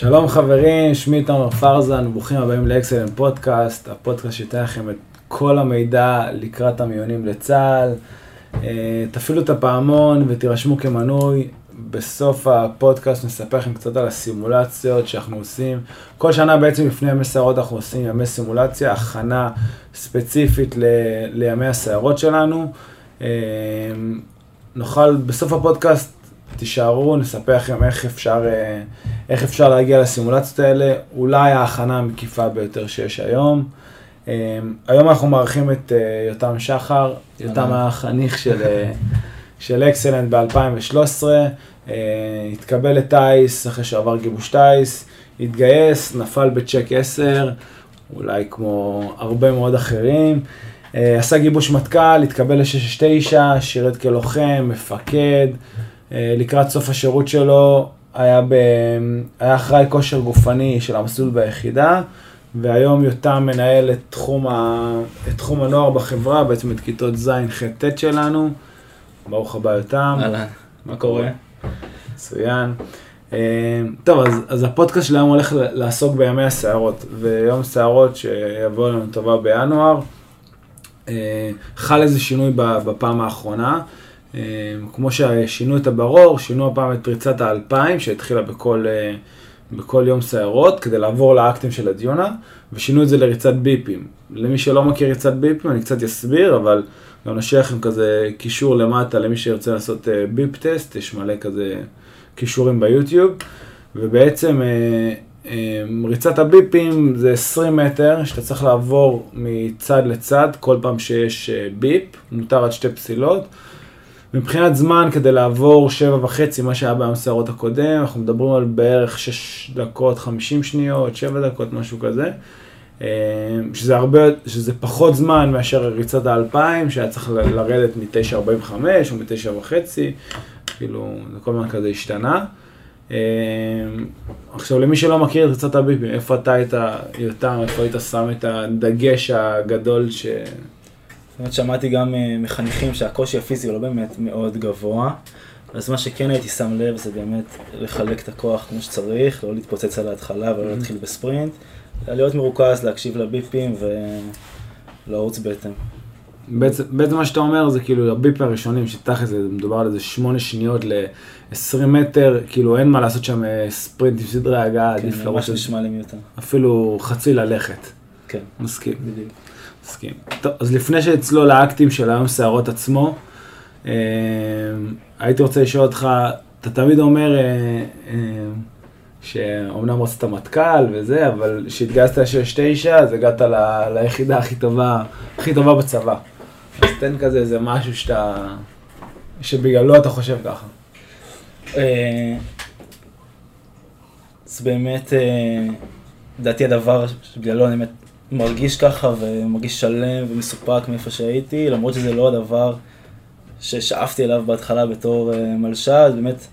שלום חברים, שמי תומר פרזן, ברוכים הבאים לאקסלנט פודקאסט, הפודקאסט שייתן לכם את כל המידע לקראת המיונים לצה"ל. תפעילו את הפעמון ותירשמו כמנוי. בסוף הפודקאסט נספר לכם קצת על הסימולציות שאנחנו עושים. כל שנה בעצם לפני ימי סיירות אנחנו עושים ימי סימולציה, הכנה ספציפית לימי הסיירות שלנו. נוכל בסוף הפודקאסט תישארו, נספר לכם איך אפשר להגיע לסימולציות האלה, אולי ההכנה המקיפה ביותר שיש היום. היום אנחנו מארחים את יותם שחר, יותם החניך של אקסלנט ב-2013, התקבל לטייס אחרי שעבר גיבוש טייס, התגייס, נפל בצ'ק 10, אולי כמו הרבה מאוד אחרים, עשה גיבוש מטכ"ל, התקבל ל-669, שירת כלוחם, מפקד, לקראת סוף השירות שלו היה אחראי כושר גופני של המסלול ביחידה, והיום יותם מנהל את תחום הנוער בחברה, בעצם את כיתות ז' ח' ט' שלנו. ברוך הבא יותם. אהלן, מה קורה? מצוין. טוב, אז הפודקאסט שלנו הולך לעסוק בימי הסיירות, ויום סיירות שיבוא לנו טובה בינואר. חל איזה שינוי בפעם האחרונה. כמו ששינו את הברור, שינו הפעם את פריצת ה-2000 שהתחילה בכל יום סיירות כדי לעבור לאקטים של הדיונה, ושינו את זה לריצת ביפים. למי שלא מכיר ריצת ביפים אני קצת אסביר, אבל גם נשאיר לכם כזה קישור למטה למי שירצה לעשות ביפ טסט, יש מלא כזה קישורים ביוטיוב, ובעצם ריצת הביפים זה 20 מטר שאתה צריך לעבור מצד לצד כל פעם שיש ביפ, מותר עד 2 פסילות. מבחינת זמן, כדי לעבור 7.5, מה שהיה ביום סיירות הקודם, אנחנו מדברים על בערך 6 דקות, 50 שניות, 7 דקות, משהו כזה. שזה פחות זמן מאשר ריצת ה-2000, שהיה צריך לרדת מ-9.45 או מ-9.5, כאילו, זה כל הזמן כזה השתנה. עכשיו, למי שלא מכיר את ריצת הביפים, איפה אתה היית, יותם, איפה היית שם את הדגש הגדול באמת שמעתי גם מחניכים שהקושי הפיזי הוא לא באמת מאוד גבוה, אז מה שכן הייתי שם לב זה באמת לחלק את הכוח כמו שצריך, לא להתפוצץ על ההתחלה ולא להתחיל בספרינט, להיות מרוכז, להקשיב לביפים ולרוץ בהתאם. בעצם מה שאתה אומר זה כאילו הביפים הראשונים שתכף זה מדובר על איזה 8 שניות ל-20 מטר, כאילו אין מה לעשות שם ספרינט עם סדרי הגעה, כן, ממש נשמע לי מיותר. אפילו חצי ללכת. כן. מסכים. בדיוק. מסכים. טוב, אז לפני שאצלו לאקטים של היום סיירות עצמו, הייתי רוצה לשאול אותך, אתה תמיד אומר שאומנם רצת מטכ"ל וזה, אבל שהתגייסת ל-6.9, אז הגעת ליחידה הכי טובה בצבא. אז תן כזה איזה משהו שבגללו אתה חושב ככה. זה באמת, לדעתי הדבר שבגללו אני באמת מרגיש ככה ומרגיש שלם ומסופק מאיפה שהייתי, למרות שזה לא הדבר ששאפתי אליו בהתחלה בתור מלש"ב, באמת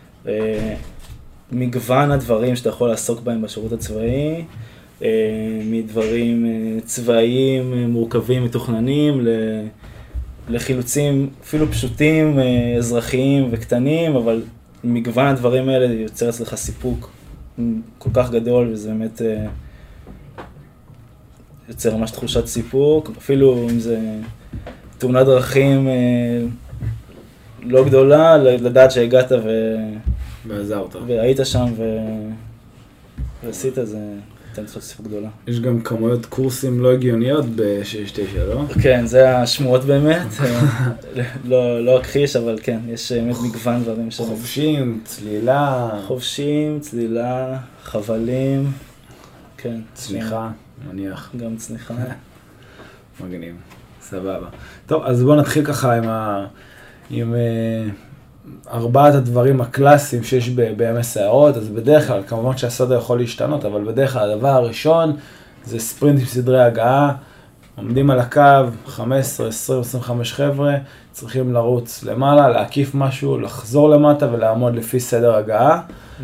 מגוון הדברים שאתה יכול לעסוק בהם בשירות הצבאי, מדברים צבאיים מורכבים מתוכננים לחילוצים אפילו פשוטים, אזרחיים וקטנים, אבל מגוון הדברים האלה יוצר אצלך סיפוק כל כך גדול, וזה באמת יוצר ממש תחושת סיפוק, אפילו אם זה תאונת דרכים לא גדולה, לדעת שהגעת ועזרת. והיית שם ועשית, זה נותן לך סיפוק גדולה. יש גם כמויות קורסים לא הגיוניות ב-6.9, לא? כן, זה השמועות באמת, לא אכחיש, אבל כן, יש באמת מגוון דברים שם. חובשים, צלילה. חובשים, צלילה, חבלים, כן. צניחה. מניח. גם צניחה. מגניב, סבבה. טוב, אז בואו נתחיל ככה עם 4 הדברים הקלאסיים שיש בימי סיירות. אז בדרך כלל, כמובן שהסדר יכול להשתנות, אבל בדרך כלל הדבר הראשון זה ספרינט עם סדרי הגעה. עומדים על הקו, 15, 20, 25 חבר'ה, צריכים לרוץ למעלה, להקיף משהו, לחזור למטה ולעמוד לפי סדר הגעה.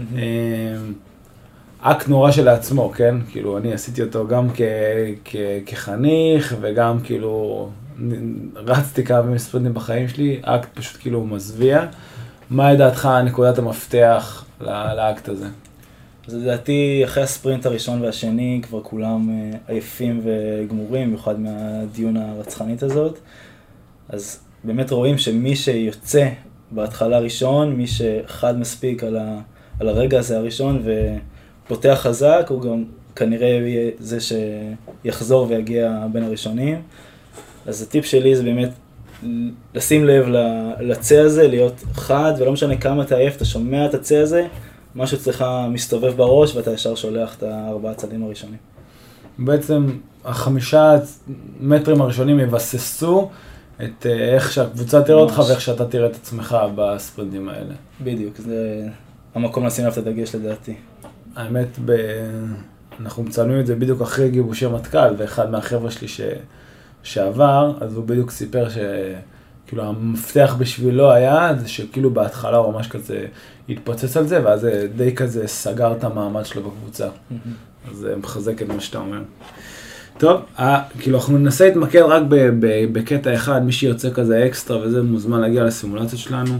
אקט נורא שלעצמו, כן? כאילו, אני עשיתי אותו גם כחניך, וגם כאילו, רצתי כמה מספרינטים בחיים שלי, אקט פשוט כאילו מזוויע. מה לדעתך נקודת המפתח לאקט הזה? אז לדעתי, אחרי הספרינט הראשון והשני, כבר כולם עייפים וגמורים, במיוחד מהדיון הרצחנית הזאת. אז באמת רואים שמי שיוצא בהתחלה ראשון, מי שחד מספיק על הרגע הזה הראשון ופותח חזק, הוא גם כנראה יהיה זה שיחזור ויגיע בין הראשונים. אז הטיפ שלי זה באמת לשים לב לצא הזה, להיות חד, ולא משנה כמה אתה עייף, אתה שומע את הצא הזה, משהו אצלך מסתובב בראש ואתה ישר שולח את 4 צעדים הראשונים. בעצם 5 מטרים הראשונים יבססו את איך שהקבוצה תראה אותך ואיך שאתה תראה את עצמך בספרינטים האלה. בדיוק, זה המקום לשים לב את הדגש לדעתי. האמת, אנחנו מצלמים את זה בדיוק אחרי גיבושי מטכ"ל, ואחד מהחבר'ה שלי שעבר, אז הוא בדיוק סיפר שכאילו המפתח בשבילו היה, זה שכאילו בהתחלה הוא ממש כזה התפוצץ על זה, ואז זה די כזה סגר את המעמד שלו בקבוצה. אז זה מחזק את מה שאתה אומר. טוב, כאילו אנחנו ננסה להתמקד רק בקטע אחד, מי שיוצא כזה אקסטרה וזה מוזמן להגיע לסימולציות שלנו.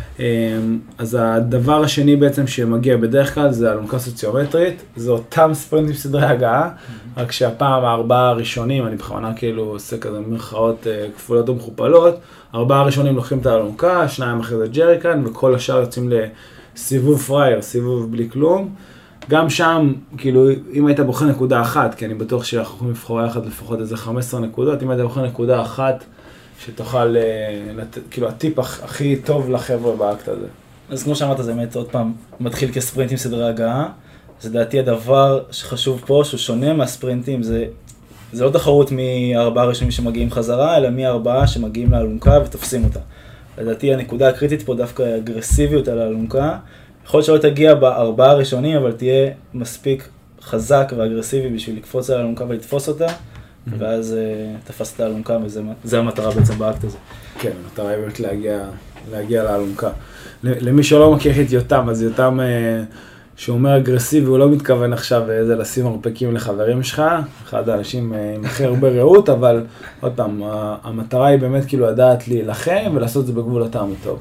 אז הדבר השני בעצם שמגיע בדרך כלל זה אלונקה סוציומטרית, זה אותם ספרינטים סדרי הגעה, רק שהפעם 4 הראשונים, אני בכוונה כאילו עושה כזה מרכאות כפולות ומכופלות, 4 הראשונים לוקחים את האלונקה, 2 אחרי זה ג'ריקן, וכל השאר יוצאים לסיבוב פרייר, סיבוב בלי כלום. גם שם, כאילו, אם היית בוחר נקודה אחת, כי אני בטוח שאנחנו יכולים לבחור יחד לפחות איזה 15 נקודות, אם היית בוחר נקודה אחת שתוכל לתת, כאילו, הטיפ הכי טוב לחבר'ה באקט הזה. אז כמו שאמרת, זה באמת עוד פעם מתחיל כספרינטים סדרי הגעה. אז לדעתי הדבר שחשוב פה, שהוא שונה מהספרינטים, זה לא תחרות מ4 ראשונים שמגיעים חזרה, אלא מ4 שמגיעים לאלונקה ותופסים אותה. לדעתי הנקודה הקריטית פה דווקא היא אגרסיביות על האלונקה. יכול להיות שלא תגיע ב4 הראשונים, אבל תהיה מספיק חזק ואגרסיבי בשביל לקפוץ על האלונקה ולתפוס אותה, ואז תפס את האלונקה, וזה המטרה בעצם באקט הזה. כן, המטרה היא באמת להגיע לאלונקה. למי שלא מכיר את יותם, אז יותם שאומר אגרסיבי, הוא לא מתכוון עכשיו איזה לשים מרפקים לחברים שלך, אחד האנשים עם הכי הרבה רעות, אבל עוד פעם, המטרה היא באמת כאילו לדעת להילחם ולעשות את זה בגבול הטעם הטוב.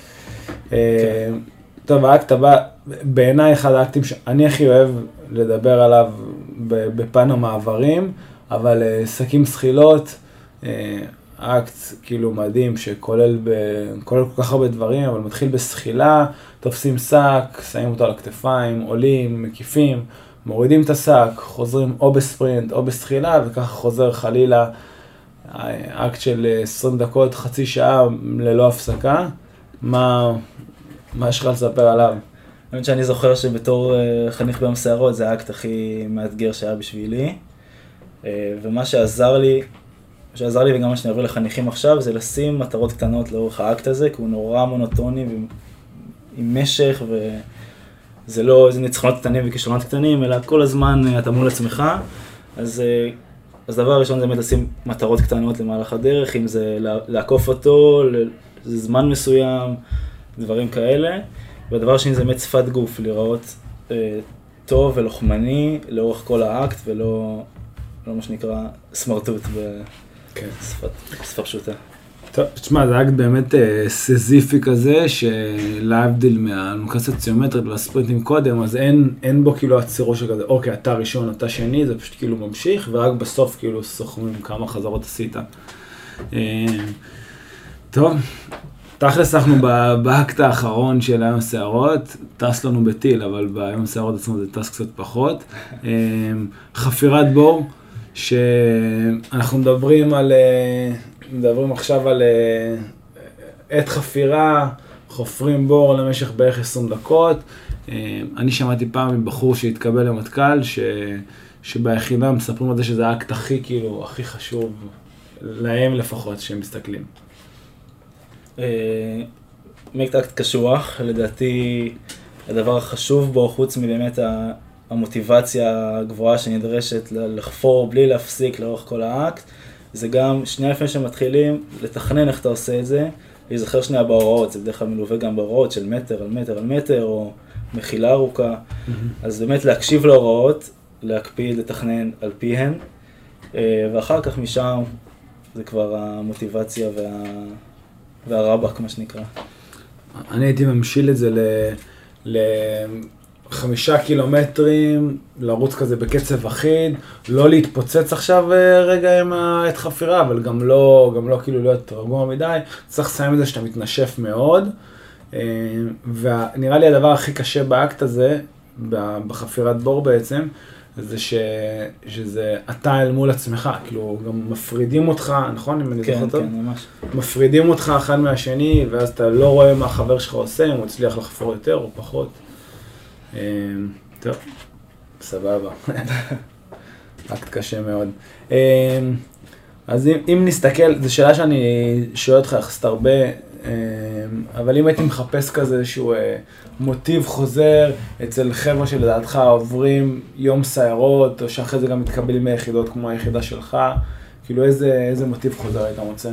טוב, האקט הבא, בעיניי אחד האקטים שאני הכי אוהב לדבר עליו בפן המעברים, אבל שקים סחילות, אקט כאילו מדהים שכולל כל כך הרבה דברים, אבל מתחיל בסחילה, תופסים שק, שמים אותו על הכתפיים, עולים, מקיפים, מורידים את השק, חוזרים או בספרינט או בסחילה, וככה חוזר חלילה אקט של 20 דקות, חצי שעה ללא הפסקה. מה יש לך לספר עליו? האמת שאני זוכר שבתור חניך ביום שערות זה האקט הכי מאתגר שהיה בשבילי, ומה שעזר לי וגם מה שאני עובר לחניכים עכשיו זה לשים מטרות קטנות לאורך האקט הזה, כי הוא נורא מונוטוני עם משך, וזה לא איזה ניצחונות קטנים וכישלונות קטנים, אלא כל הזמן אתה מול עצמך. אז דבר הראשון זה באמת לשים מטרות קטנות למהלך הדרך, אם זה לעקוף אותו לזמן מסוים, דברים כאלה. והדבר השני זה באמת שפת גוף, לראות טוב ולוחמני לאורך כל האקט, ולא מה שנקרא סמרטוט בשפה פשוטה. טוב, תשמע, זה אקט באמת סזיפי כזה, שלהבדיל מהאלונקה סוציומטרית והספרינטים קודם, אז אין בו כאילו הצירו שכזה, אוקיי, אתה ראשון, אתה שני, זה פשוט כאילו ממשיך, ורק בסוף כאילו סוכמים כמה חזרות עשית. טוב. תכלס אנחנו באקט האחרון של היום שערות, טס לנו בטיל, אבל ביום שערות עצמו זה טס קצת פחות. חפירת בור, שאנחנו מדברים עכשיו על עת חפירה, חופרים בור למשך בערך 20 דקות. אני שמעתי פעם מבחור שהתקבל למטכ"ל, שביחידה מספרים על זה שזה האקט הכי חשוב, להם לפחות, שהם מסתכלים. אקט קשוח, לדעתי הדבר החשוב בו, חוץ מבאמת המוטיבציה הגבוהה שנדרשת לחפור בלי להפסיק לאורך כל האקט, זה גם שנייה לפני שמתחילים לתכנן איך אתה עושה את זה, להיזכר שנייה בהוראות, זה בדרך כלל מלווה גם בהוראות של מטר על מטר על מטר, או מחילה ארוכה, אז באמת להקשיב להוראות, להקפיד, לתכנן על פיהן, ואחר כך משם זה כבר המוטיבציה והרבק, מה שנקרא. אני הייתי ממשיל את זה 5 קילומטרים, לרוץ כזה בקצב אחיד, לא להתפוצץ עכשיו רגע עם העת חפירה, אבל גם לא כאילו להיות רגוע מדי, צריך לסיים את זה שאתה מתנשף מאוד, ונראה לי הדבר הכי קשה באקט הזה, בחפירת בור בעצם, זה שזה אתה אל מול עצמך, כאילו גם מפרידים אותך, נכון? אם אני זוכר טוב? כן, ממש. מפרידים אותך אחד מהשני, ואז אתה לא רואה מה החבר שלך עושה, אם הוא הצליח לחפור יותר או פחות. טוב, סבבה. אקט קשה מאוד. אז אם נסתכל, זו שאלה שאני שואל אותך יחסית הרבה, אבל אם הייתי מחפש כזה איזשהו מוטיב חוזר אצל חבר'ה שלדעתך עוברים יום סיירות, או שאחרי זה גם מתקבלים מיחידות כמו היחידה שלך, כאילו איזה מוטיב חוזר היית מוצא?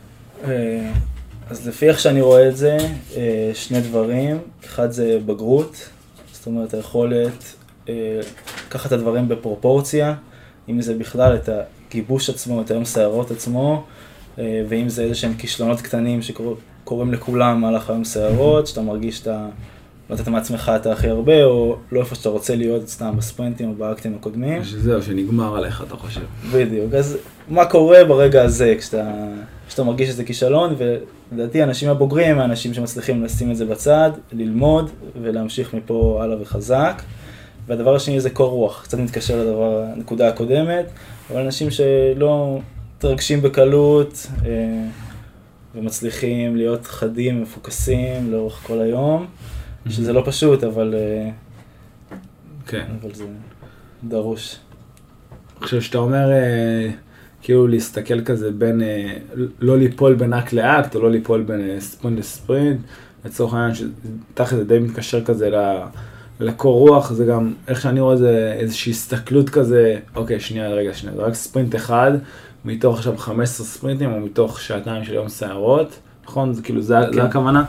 אז לפי איך שאני רואה את זה, שני דברים. אחד זה בגרות, זאת אומרת היכולת לקחת את הדברים בפרופורציה, אם זה בכלל את הגיבוש עצמו, את היום סיירות עצמו, ואם זה איזה שהם כישלונות קטנים שקורים לכולם מהלך היום סיירות, שאתה מרגיש שאתה לא נתת מעצמך את הכי הרבה, או לא איפה שאתה רוצה להיות סתם בספרינטים או באקטים הקודמים. שזהו, שנגמר עליך, אתה חושב. בדיוק, אז מה קורה ברגע הזה כשאתה מרגיש שזה כישלון, ולדעתי האנשים הבוגרים, האנשים שמצליחים לשים את זה בצד, ללמוד ולהמשיך מפה הלאה וחזק. והדבר השני זה קור רוח, קצת מתקשר לנקודה הקודמת, אבל אנשים שלא מתרגשים בקלות ומצליחים להיות חדים ומפוקסים לאורך כל היום, שזה לא פשוט, אבל זה דרוש. אני חושב שאתה אומר, כאילו להסתכל כזה בין, לא ליפול בין אקט לאקט, או לא ליפול בין ספרינט לספרינט, לצורך העניין שתחת זה די מתקשר כזה לקור רוח, זה גם, איך שאני רואה זה איזושהי הסתכלות כזה, אוקיי, רגע, זה רק ספרינט אחד, מתוך עכשיו 15 ספרינטים, או מתוך שעתיים של יום סיירות, נכון? זה כאילו, זה הכוונה?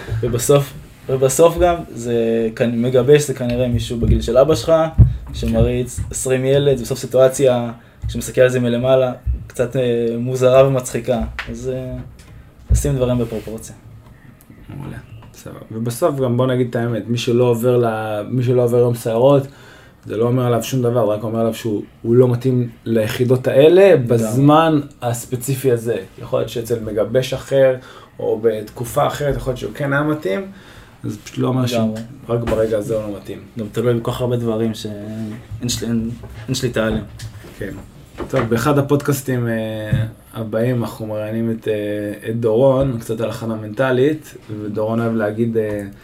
ובסוף גם, זה מגבש, זה כנראה מישהו בגיל של אבא שלך, שמריץ 20 ילד, ובסוף סיטואציה, כשמסתכל על זה מלמעלה, קצת מוזרה ומצחיקה, אז נשים דברים בפרופורציה. מעולה. ובסוף גם בוא נגיד את האמת, מי שלא עובר יום סיירות, זה לא אומר עליו שום דבר, רק אומר עליו שהוא לא מתאים ליחידות האלה בזמן הספציפי הזה. יכול להיות שאצל מגבש אחר, או בתקופה אחרת, יכול להיות שהוא כן היה מתאים, אז פשוט לא אומר שרק ברגע הזה הוא לא מתאים. גם תלוי בכל הרבה דברים שאין שליטה עליהם. כן. טוב, באחד הפודקאסטים הבאים אנחנו מראיינים את דורון, קצת על הכנה מנטלית, ודורון אוהב להגיד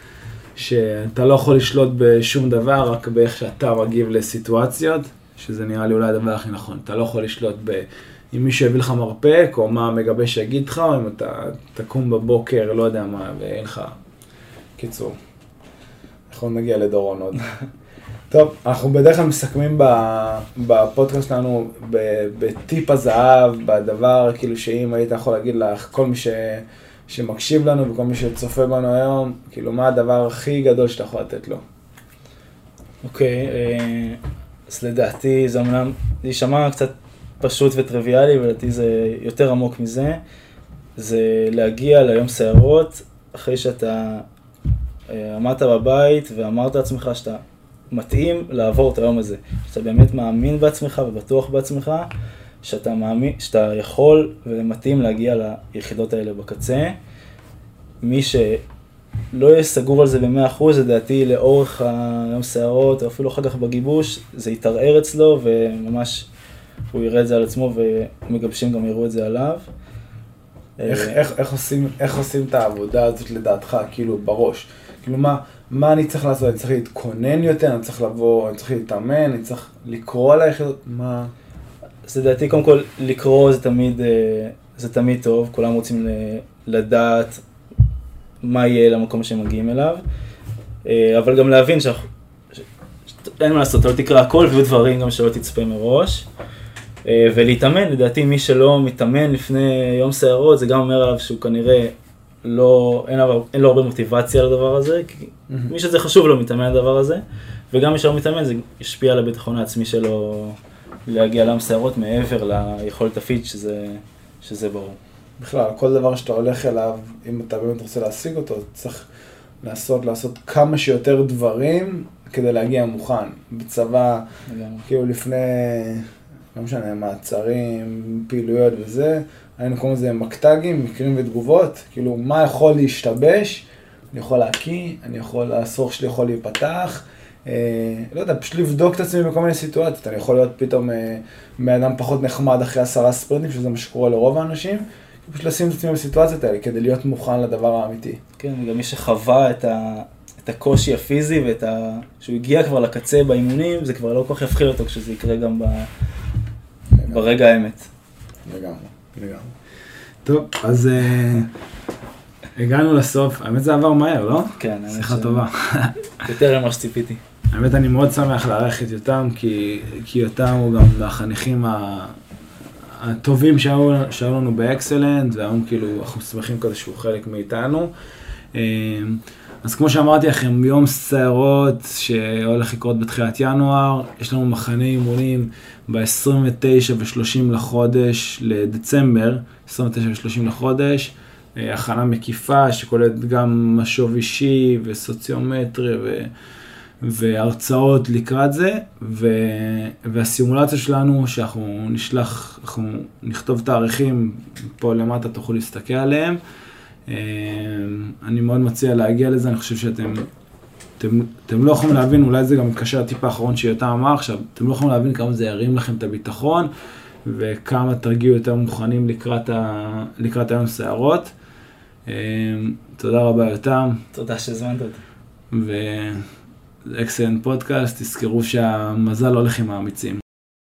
שאתה לא יכול לשלוט בשום דבר, רק באיך שאתה מגיב לסיטואציות, שזה נראה לי אולי הדבר הכי נכון. אתה לא יכול לשלוט אם מישהו יביא לך מרפק, או מה המגבש יגיד לך, או אם אתה תקום בבוקר, לא יודע מה, ואין לך. קיצור, אנחנו נגיע לדורון עוד. טוב, אנחנו בדרך כלל מסכמים בפודקאסט שלנו בטיפ הזהב, בדבר כאילו שאם היית יכול להגיד לך, כל מי שמקשיב לנו וכל מי שצופה בנו היום, כאילו מה הדבר הכי גדול שאתה יכול לתת לו? אוקיי, אז לדעתי זה אמנם, זה יישמע קצת פשוט וטריוויאלי, ולדעתי זה יותר עמוק מזה, זה להגיע ליום סיירות, אחרי שאתה עמדת בבית ואמרת לעצמך שאתה מתאים לעבור את היום הזה, שאתה באמת מאמין בעצמך ובטוח בעצמך, שאתה יכול ומתאים להגיע ליחידות האלה בקצה. מי שלא יהיה סגור על זה ב100%, לדעתי לאורך היום סיירות, או אפילו אחר כך בגיבוש, זה יתערער אצלו וממש הוא יראה את זה על עצמו ומגבשים גם יראו את זה עליו. איך עושים את העבודה הזאת לדעתך, כאילו בראש? כאילו מה אני צריך לעשות? אני צריך להתכונן יותר, אני צריך לבוא, אני צריך להתאמן, אני צריך לקרוא על היחידות, מה? אז לדעתי קודם כל לקרוא זה תמיד טוב, כולם רוצים לדעת מה יהיה למקום שהם מגיעים אליו, אבל גם להבין אין מה לעשות, אתה לא תקרא הכל ויהיו דברים גם שלא תצפה מראש, ולהתאמן, לדעתי מי שלא מתאמן לפני יום סיירות, זה גם אומר עליו שהוא כנראה אין לו הרבה מוטיבציה לדבר הזה, כי מי שזה חשוב לו מתאמן על הדבר הזה, וגם מי שלא מתאמן זה ישפיע על הביטחון העצמי שלו להגיע ליום סיירות מעבר ליכולת הפיט שזה ברור. בכלל, כל דבר שאתה הולך אליו, אם אתה באמת רוצה להשיג אותו, צריך לעשות כמה שיותר דברים כדי להגיע מוכן. בצבא, כאילו לפני, לא משנה, מעצרים, פעילויות וזה, היינו קוראים לזה מקטגים, מקרים ותגובות, כאילו מה יכול להשתבש, אני יכול להקיא, הסור שלי יכול להיפתח, לא יודע, פשוט לבדוק את עצמי בכל מיני סיטואציות, אני יכול להיות פתאום מאדם פחות נחמד אחרי 10 ספרינטים, שזה מה שקורה לרוב האנשים, פשוט לשים את עצמי בסיטואציות האלה, כדי להיות מוכן לדבר האמיתי. כן, וגם מי שחווה את הקושי הפיזי, שהוא הגיע כבר לקצה באימונים, זה כבר לא כל כך יפחיד אותו כשזה יקרה גם ברגע האמת. לגמרי. טוב, אז הגענו לסוף, האמת זה עבר מהר, לא? כן. שיחה טובה. יותר ממה שציפיתי. האמת אני מאוד שמח לארח את יותם, כי יותם הוא גם מהחניכים הטובים שהיו לנו באקסלנט, והיום כאילו אנחנו שמחים כזה שהוא חלק מאיתנו. אז כמו שאמרתי לכם, יום סיירות שהולך לקרות בתחילת ינואר, יש לנו מחנה אימונים ב-29 ו-30 לחודש לדצמבר, 29 ו-30 לחודש, הכנה מקיפה שכוללת גם משוב אישי וסוציומטרי והרצאות לקראת זה, והסימולציה שלנו שאנחנו אנחנו נכתוב תאריכים, פה למטה תוכלו להסתכל עליהם. אני מאוד מציע להגיע לזה, אני חושב שאתם לא יכולים להבין, אולי זה גם מתקשר לטיפ האחרון שיותם אמר עכשיו, אתם לא יכולים להבין כמה זה ירים לכם את הביטחון, וכמה תרגיעו יותר מוכנים לקראת היום סערות. תודה רבה יותם. תודה שהזמנת אותי. ואקסלנט פודקאסט, תזכרו שהמזל הולך עם האמיצים.